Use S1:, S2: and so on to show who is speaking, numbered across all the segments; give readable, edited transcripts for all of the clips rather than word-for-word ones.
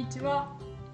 S1: ちは。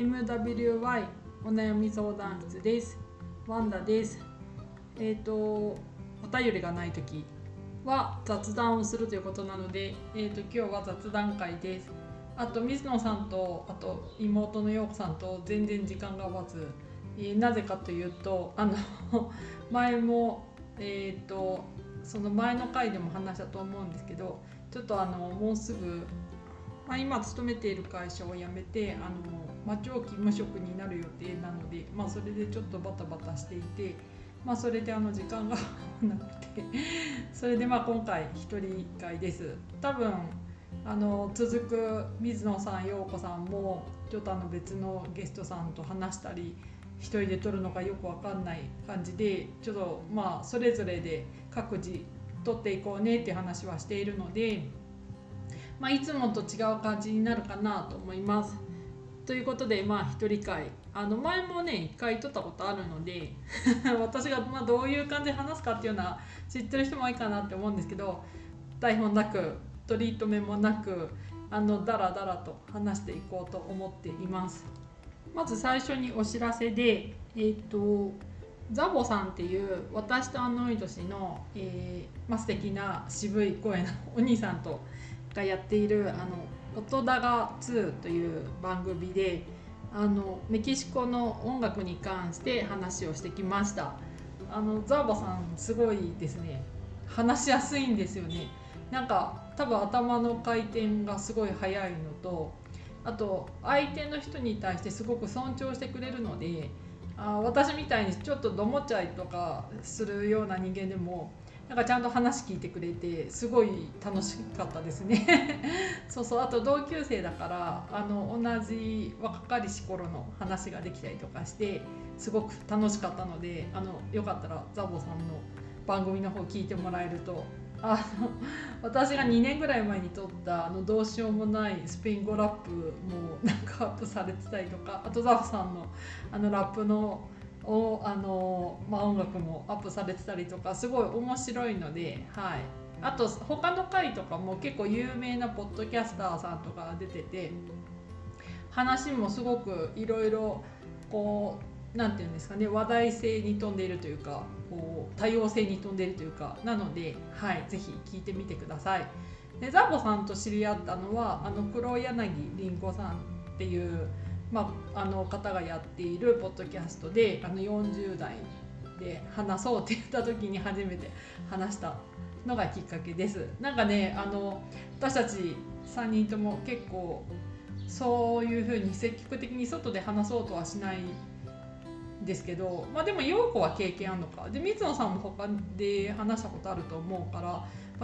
S1: MWY お悩み相談室です。ワンダです。お便りがないときは雑談をするということなので、今日は雑談会です。あと水野さんと妹の陽子さんと全然時間が合わず、なぜかというと前もその前の回でも話したと思うんですけど、ちょっともうすぐ、今勤めている会社を辞めて長期無職になる予定なので、それでちょっとバタバタしていて、それで時間がなくてそれで今回一人会です。多分続く水野さん、陽子さんもちょっと別のゲストさんと話したり一人で撮るのかよく分かんない感じで、ちょっとそれぞれで各自撮っていこうねっていう話はしているので、いつもと違う感じになるかなと思います。ということで一人会、前もね一回撮ったことあるので私がどういう感じで話すかっていうのは知ってる人も多いかなって思うんですけど、台本なくトリートメントもなくダラダラと話していこうと思っています。まず最初にお知らせで、ザボさんっていう私と同い年の、素敵な渋い声のお兄さんとがやっている音だが2という番組でメキシコの音楽に関して話をしてきました。ザボさんすごいですね。話しやすいんですよね。なんか多分頭の回転がすごい速いのと、あと相手の人に対してすごく尊重してくれるので、私みたいにちょっとどもっちゃいとかするような人間でもなんかちゃんと話聞いてくれてすごい楽しかったですねそう、あと同級生だから同じ若かりし頃の話ができたりとかしてすごく楽しかったので、よかったらザボさんの番組の方聞いてもらえると、私が2年ぐらい前に撮ったどうしようもないスペイン語ラップもなんかアップされてたりとか、あとザボさんのラップの音楽もアップされてたりとかすごい面白いので、はい、あと他の回とかも結構有名なポッドキャスターさんとか出てて話もすごくいろいろこうなんていうんですかね、話題性に富んでいるというかこう多様性に富んでいるというかなので、はい、ぜひ聞いてみてください。でザボさんと知り合ったのは黒柳りんごさんっていう方がやっているポッドキャストで40代で話そうって言った時に初めて話したのがきっかけです。なんかね私たち3人とも結構そういう風に積極的に外で話そうとはしないんですけど、でも陽子は経験あるのかで水野さんも他で話したことあると思うから、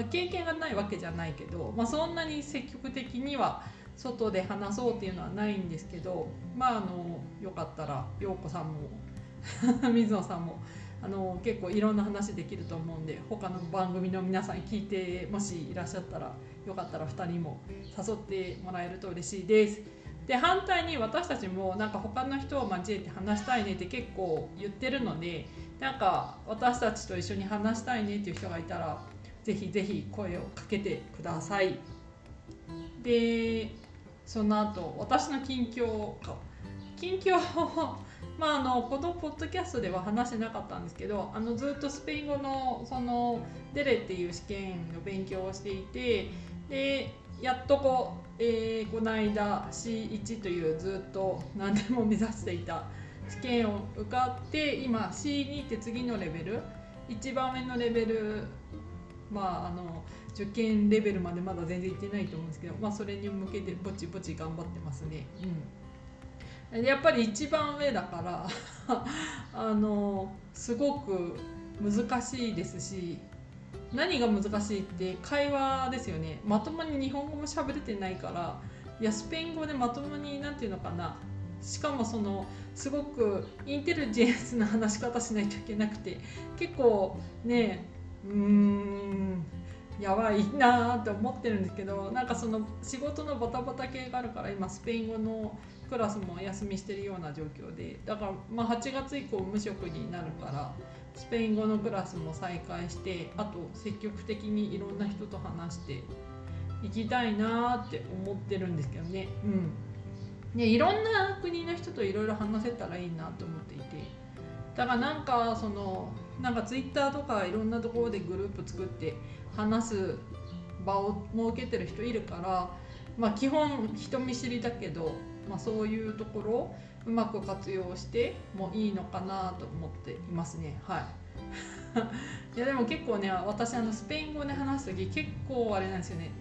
S1: 経験がないわけじゃないけど、そんなに積極的には外で話そうっていうのはないんですけど、よかったら陽子さんも水野さんも結構いろんな話できると思うんで、他の番組の皆さん聞いてもしいらっしゃったらよかったら2人も誘ってもらえると嬉しいです。で反対に私たちもなんか他の人を交えて話したいねって結構言ってるので、なんか私たちと一緒に話したいねっていう人がいたらぜひぜひ声をかけてください。でその後私の近況をこのポッドキャストでは話してなかったんですけど、ずっとスペイン語のそのデレっていう試験の勉強をしていて、でやっとこの間 C1 というずっと何でも目指していた試験を受かって、今 C2 って次のレベル、一番上のレベル、受験レベルまでまだ全然いってないと思うんですけど、それに向けてぼちぼち頑張ってますね。やっぱり一番上だからすごく難しいですし、何が難しいって会話ですよね。まともに日本語も喋れてないから、いやスペイン語でまともになんていうのかな、しかもすごくインテリジェンスな話し方しないといけなくて、結構ねやばいなって思ってるんですけど、なんか仕事のバタバタ系があるから今スペイン語のクラスもお休みしてるような状況で、だから8月以降無職になるからスペイン語のクラスも再開して、あと積極的にいろんな人と話していきたいなって思ってるんですけどね。 ね、いろんな国の人といろいろ話せたらいいなと思っていて、だからなんかツイッターとかいろんなところでグループ作って話す場を設けてる人いるから、まあ基本人見知りだけど、まあ、そういうところをうまく活用してもいいのかなと思っていますね。はいいやでも結構ね、私スペイン語で話す時結構あれなんですよね。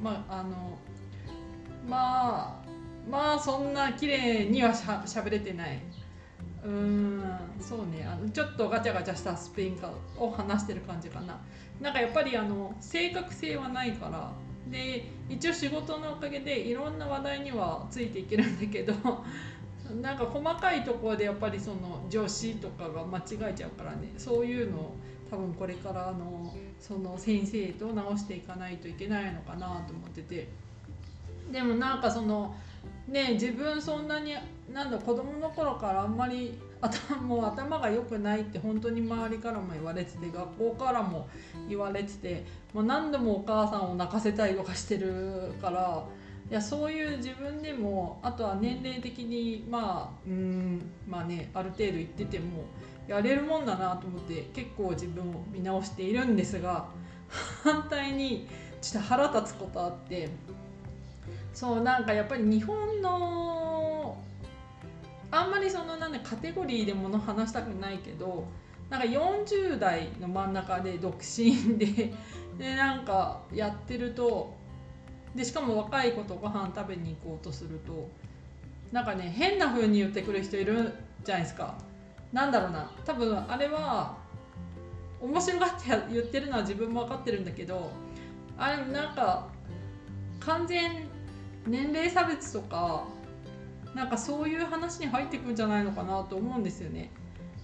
S1: まあそんな綺麗にはしゃべれてない。そうね、ちょっとガチャガチャしたスペイン語を話してる感じかな。なんかやっぱり正確性はないから、で一応仕事のおかげでいろんな話題にはついていけるんだけどなんか細かいところでやっぱりその助詞とかが間違えちゃうからね、そういうのを多分これからその先生と直していかないといけないのかなと思ってて、でもなんか自分そんなに子供の頃からあんまり頭が良くないって本当に周りからも言われてて、学校からも言われてて、もう何度もお母さんを泣かせたりとかしてるから、いやそういう自分でも、あとは年齢的にまあね、ある程度言っててもやれるもんだなと思って結構自分を見直しているんですが、反対にちょっと腹立つことあって、そうなんかやっぱり日本のあんまりカテゴリーでもの話したくないけど、なんか40代の真ん中で独身でなんかやってると、でしかも若い子とご飯食べに行こうとすると、なんかね変な風に言ってくる人いるじゃないですか。なんだろうな、多分あれは面白がって言ってるのは自分も分かってるんだけど、あれなんか完全年齢差別とかなんかそういう話に入ってくるんじゃないのかなと思うんですよね。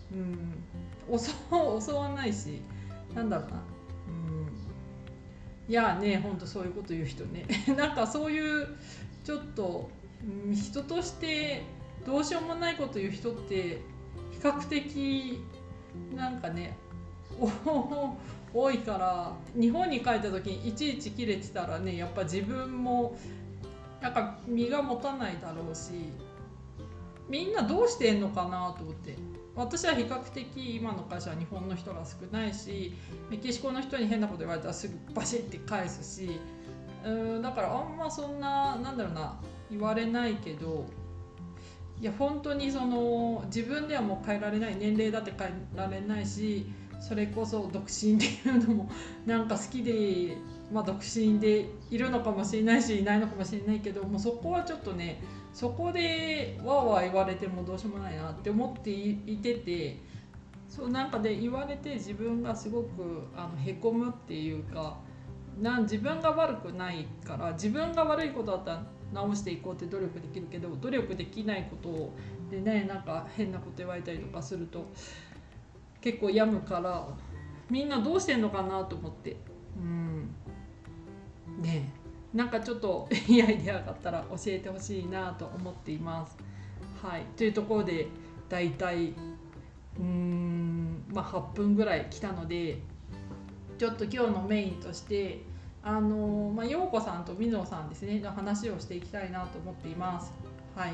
S1: 襲わないし、なんだろうな、いやね、ほんとそういうこと言う人ねなんかそういうちょっと、人としてどうしようもないこと言う人って比較的なんかね多いから、日本に帰った時にいちいちキレてたらね、やっぱ自分もなんか身が持たないだろうし、みんなどうしてんのかなと思って。私は比較的今の会社は日本の人が少ないし、メキシコの人に変なこと言われたらすぐバシッて返すし、だからあんまそんな言われないけど、いや本当に自分ではもう変えられない、年齢だって変えられないし、それこそ独身っていうのもなんか好きで、独身でいるのかもしれないしいないのかもしれないけど、もうそこはちょっとね、そこでわーわー言われてもどうしようもないなって思っていてて、そうなんかで言われて自分がすごくへこむっていうか、自分が悪くないから、自分が悪いことだったら直していこうって努力できるけど、努力できないことでね、なんか変なこと言われたりとかすると結構病むから、みんなどうしてんのかなと思って、ねえ、なんかちょっといいアイデアがあったら教えてほしいなと思っています。はい、というところでだいたい8分ぐらい来たので、ちょっと今日のメインとして陽子さんと水野さんですねの話をしていきたいなと思っています。はい、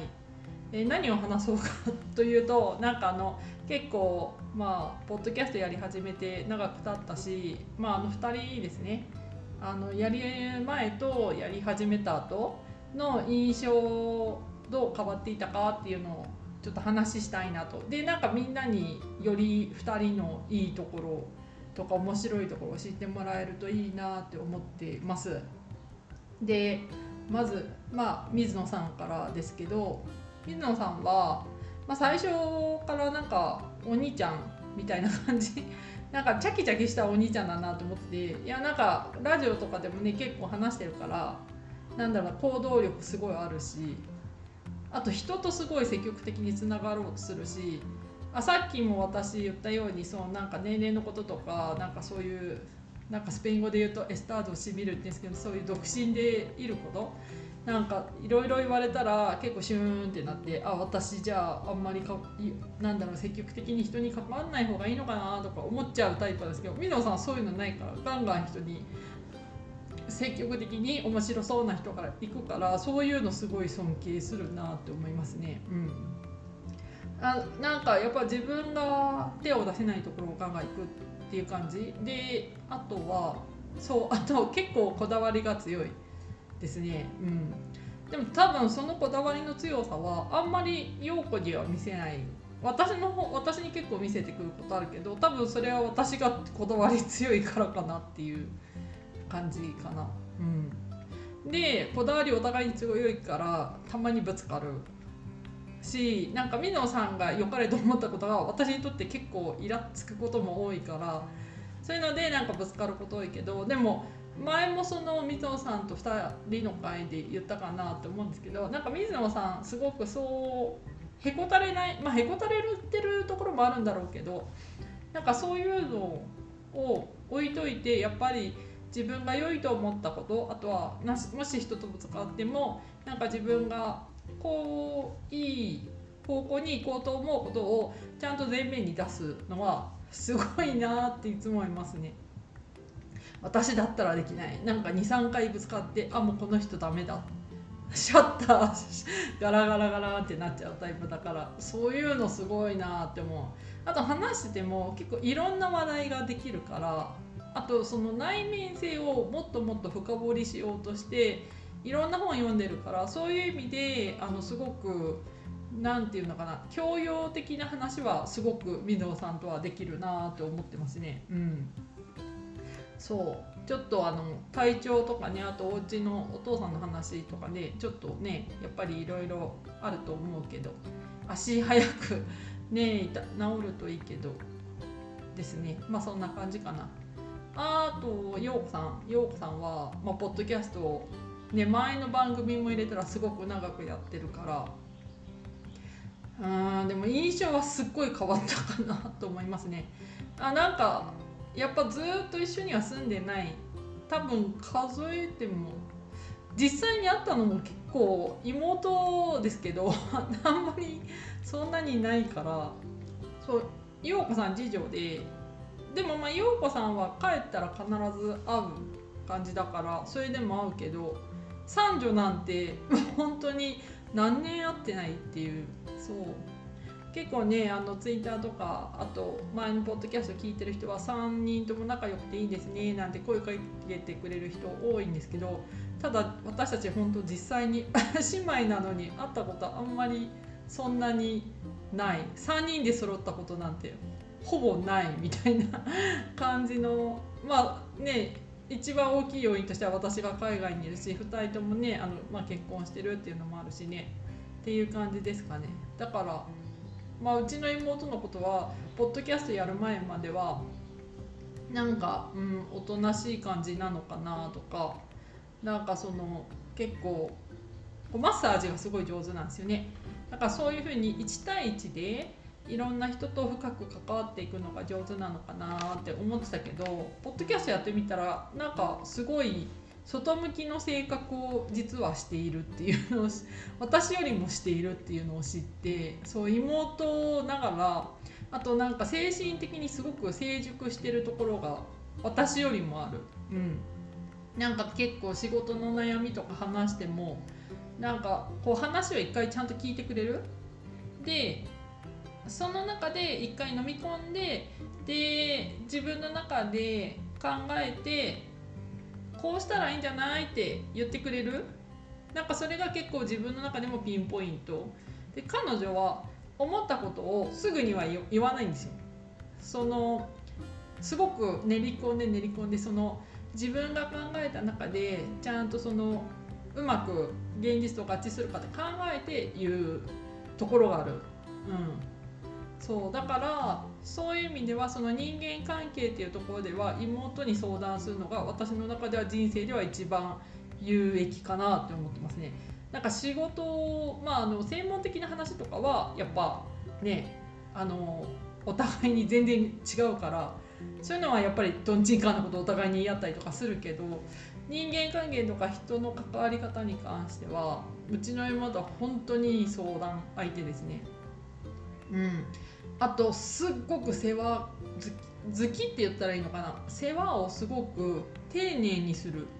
S1: 何を話そうかというと、結構ポッドキャストやり始めて長く経ったし、2人ですね、やり前とやり始めた後の印象どう変わっていたかっていうのをちょっと話したいなと。でみんなにより2人のいいところとか面白いところを知ってもらえるといいなって思っています。でまず水野さんからですけど、水野さんは、最初からお兄ちゃんみたいな感じチャキチャキしたお兄ちゃんだなと思ってて、いやラジオとかでもね結構話してるから、行動力すごいあるし、あと人とすごい積極的につながろうとするし、さっきも私言ったように年齢のこととかそういうスペイン語で言うとエスタードシビルって言うんですけど、そういう独身でいることいろいろ言われたら結構シューンってなって、私じゃああんまり積極的に人に関わらない方がいいのかなとか思っちゃうタイプですけど、水野さんはそういうのないからガンガン人に積極的に面白そうな人から行くから、そういうのすごい尊敬するなって思いますね。なんかやっぱ自分が手を出せないところをガンガン行くっていう感じで、あと結構こだわりが強いですね。でも多分そのこだわりの強さはあんまり陽子には見せない。私に結構見せてくることあるけど、多分それは私がこだわり強いからかなっていう感じかな。でこだわりお互いに強いからたまにぶつかるし、なんか水野さんが良かれと思ったことが私にとって結構イラつくことも多いから、そういうのでなんかぶつかること多いけど、でも前もその水野さんと2人の会で言ったかなって思うんですけど、なんか水野さんすごくそうへこたれない、へこたれてるところもあるんだろうけど、なんかそういうのを置いといて、やっぱり自分が良いと思ったこと、あとはもし人とぶつかってもなんか自分がこういい方向に行こうと思うことをちゃんと前面に出すのはすごいなっていつも思いますね。私だったらできない。なんか 2,3 回ぶつかって、もうこの人ダメだ、シャッターガラガラガラってなっちゃうタイプだから、そういうのすごいなって思う。あと話してても結構いろんな話題ができるから、あとその内面性をもっともっと深掘りしようとしていろんな本読んでるから、そういう意味ですごくなんていうのかな、教養的な話はすごく水野さんとはできるなって思ってますね。そうちょっと体調とかね、あとお家のお父さんの話とかね、ちょっとねやっぱりいろいろあると思うけど、足早くね治るといいけどですね。そんな感じかな。あと陽子さんは、ポッドキャストをね、前の番組も入れたらすごく長くやってるから、でも印象はすっごい変わったかなと思いますね。なんかやっぱずっと一緒には住んでない、多分数えても実際に会ったのも結構妹ですけどあんまりそんなにないから、そう陽子さん次女でも陽子さんは帰ったら必ず会う感じだから、それでも会うけど、三女なんて本当に何年会ってないっていう。そう結構ね、ツイッターとかあと前のポッドキャスト聞いてる人は3人とも仲良くていいですねなんて声かけてくれる人多いんですけど、ただ私たち本当実際に姉妹なのに会ったことあんまりそんなにない。3人で揃ったことなんてほぼないみたいな感じの、一番大きい要因としては私が海外にいるし、2人ともね結婚してるっていうのもあるしねっていう感じですかね。だからうちの妹のことはポッドキャストやる前まではなんか、おとなしい感じなのかなとか、なんか結構マッサージがすごい上手なんですよね。だからそういう風に1対1でいろんな人と深く関わっていくのが上手なのかなって思ってたけど、ポッドキャストやってみたらなんかすごい外向きの性格を実はしているっていうのを私よりもしているっていうのを知って、そう妹ながら、あとなんか精神的にすごく成熟してるところが私よりもある。なんか結構仕事の悩みとか話してもなんかこう話を一回ちゃんと聞いてくれる。でその中で一回飲み込んで、自分の中で考えてこうしたらいいんじゃないって言ってくれる。なんかそれが結構自分の中でもピンポイントで、彼女は思ったことをすぐには言わないんですよ。すごく練り込んで自分が考えた中でちゃんとうまく現実と合致するかって考えて言うところがある。そうだからそういう意味では人間関係っていうところでは妹に相談するのが私の中では人生では一番有益かなって思ってますね。なんか仕事、専門的な話とかはやっぱねお互いに全然違うから、そういうのはやっぱりとんちんかんなことをお互いに言い合ったりとかするけど、人間関係とか人の関わり方に関してはうちの妹は本当にいい相談相手ですね。あとすっごく世話好きって言ったらいいのかな、世話をすごく丁寧にする。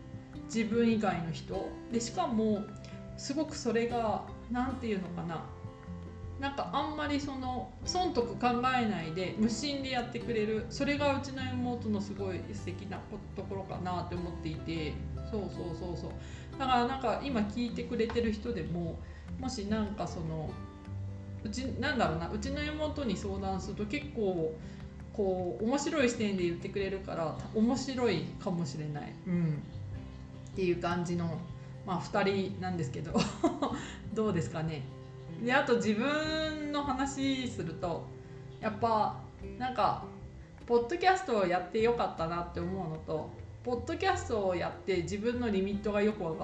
S1: 自分以外の人で、しかもすごくそれがなんていうのかな、なんかあんまりその損得考えないで無心でやってくれる、それがうちの妹のすごい素敵なところかなって思っていて、そうだからなんか今聞いてくれてる人でも、もしなんかそのうちなんだろうな、うちの妹に相談すると結構こう面白い視点で言ってくれるから面白いかもしれない、っていう感じの、2人なんですけどどうですかね。であと自分の話すると、やっぱなんかポッドキャストをやってよかったなって思うのと、ポッドキャストをやって自分のリミットがよく分かった。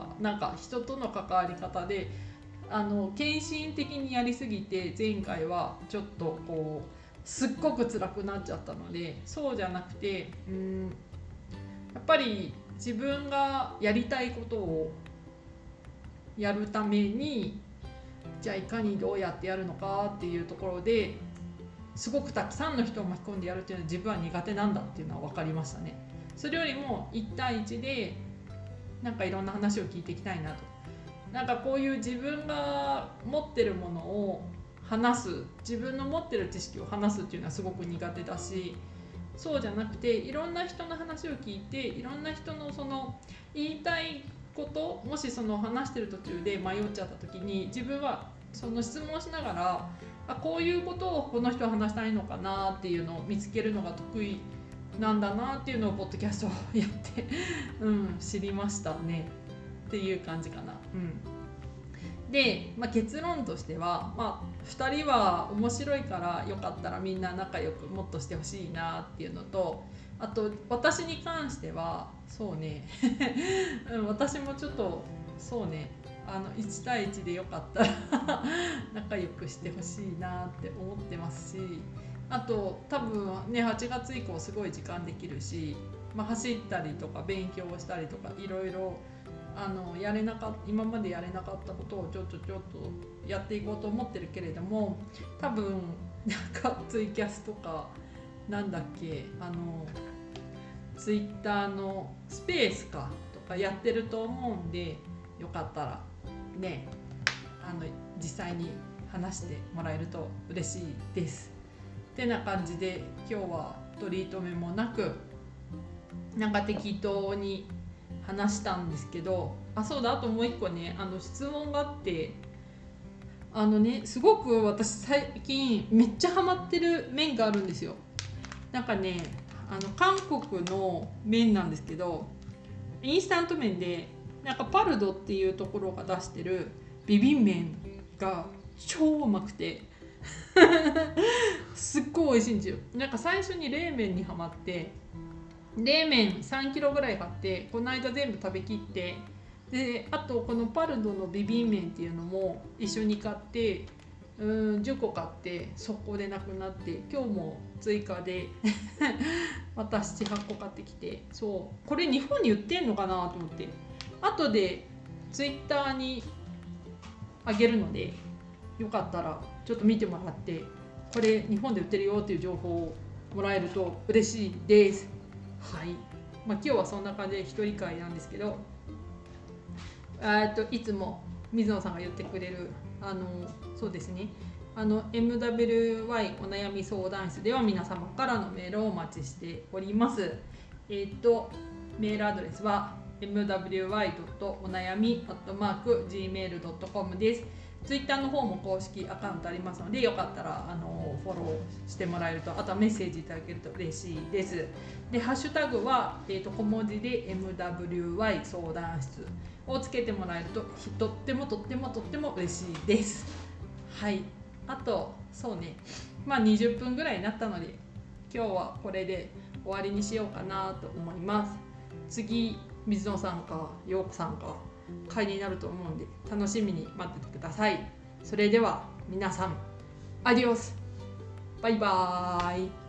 S1: なんか人との関わり方で献身的にやりすぎて前回はちょっとこうすっごく辛くなっちゃったので、そうじゃなくてやっぱり自分がやりたいことをやるために、じゃあいかにどうやってやるのかっていうところですごくたくさんの人を巻き込んでやるっていうのは自分は苦手なんだっていうのは分かりましたね。それよりも1対1でなんかいろんな話を聞いていきたいなと、なんかこういう自分が持ってるものを話す、自分の持ってる知識を話すっていうのはすごく苦手だし、そうじゃなくていろんな人の話を聞いて、いろんな人のその言いたいこと、もしその話してる途中で迷っちゃった時に自分はその質問しながら、こういうことをこの人は話したいのかなっていうのを見つけるのが得意なんだなっていうのをポッドキャストをやって知りましたねっていう感じかな。で、結論としては、2人は面白いからよかったらみんな仲良くもっとしてほしいなっていうのと、あと私に関してはそうね私もちょっとそうね1対1でよかったら仲良くしてほしいなって思ってますし、あと多分ね8月以降すごい時間できるし、走ったりとか勉強をしたりとかいろいろ今までやれなかったことをちょっとやっていこうと思ってるけれども、多分なんかツイキャスとかなんだっけツイッターのスペースかとかやってると思うんで、よかったらね実際に話してもらえると嬉しいですってな感じで、今日はトリートメもなくなんか適当に話したんですけど、そうだ、あともう一個ね質問があって、すごく私最近めっちゃハマってる麺があるんですよ。なんかね韓国の麺なんですけど、インスタント麺でなんかパルドっていうところが出してるビビン麺が超うまくてすっごい美味しいんですよ。なんか最初に冷麺にハマって、冷麺3キロぐらい買ってこの間全部食べきって、であとこのパルドのビビン麺っていうのも一緒に買って10個買って速攻でなくなって、今日も追加でまた 7,8 個買ってきて、そうこれ日本に売ってんのかなと思って、後でツイッターにあげるのでよかったらちょっと見てもらって、これ日本で売ってるよっていう情報をもらえると嬉しいです。はい、今日はそんな感じで一人会なんですけど、いつも水野さんが言ってくれるそうですねMWY お悩み相談室では皆様からのメールをお待ちしております。メールアドレスは mwy.onayami@gmail.com です。ツイッターの方も公式アカウントありますので、よかったらフォローしてもらえると、あとはメッセージいただけると嬉しいです。でハッシュタグは、小文字で MWY 相談室をつけてもらえるととっても嬉しいです。はい、あとそうね20分ぐらいになったので今日はこれで終わりにしようかなと思います。次水野さんか陽子さんか回になると思うんで楽しみに待っててください。それでは皆さんアディオス、バイバーイ。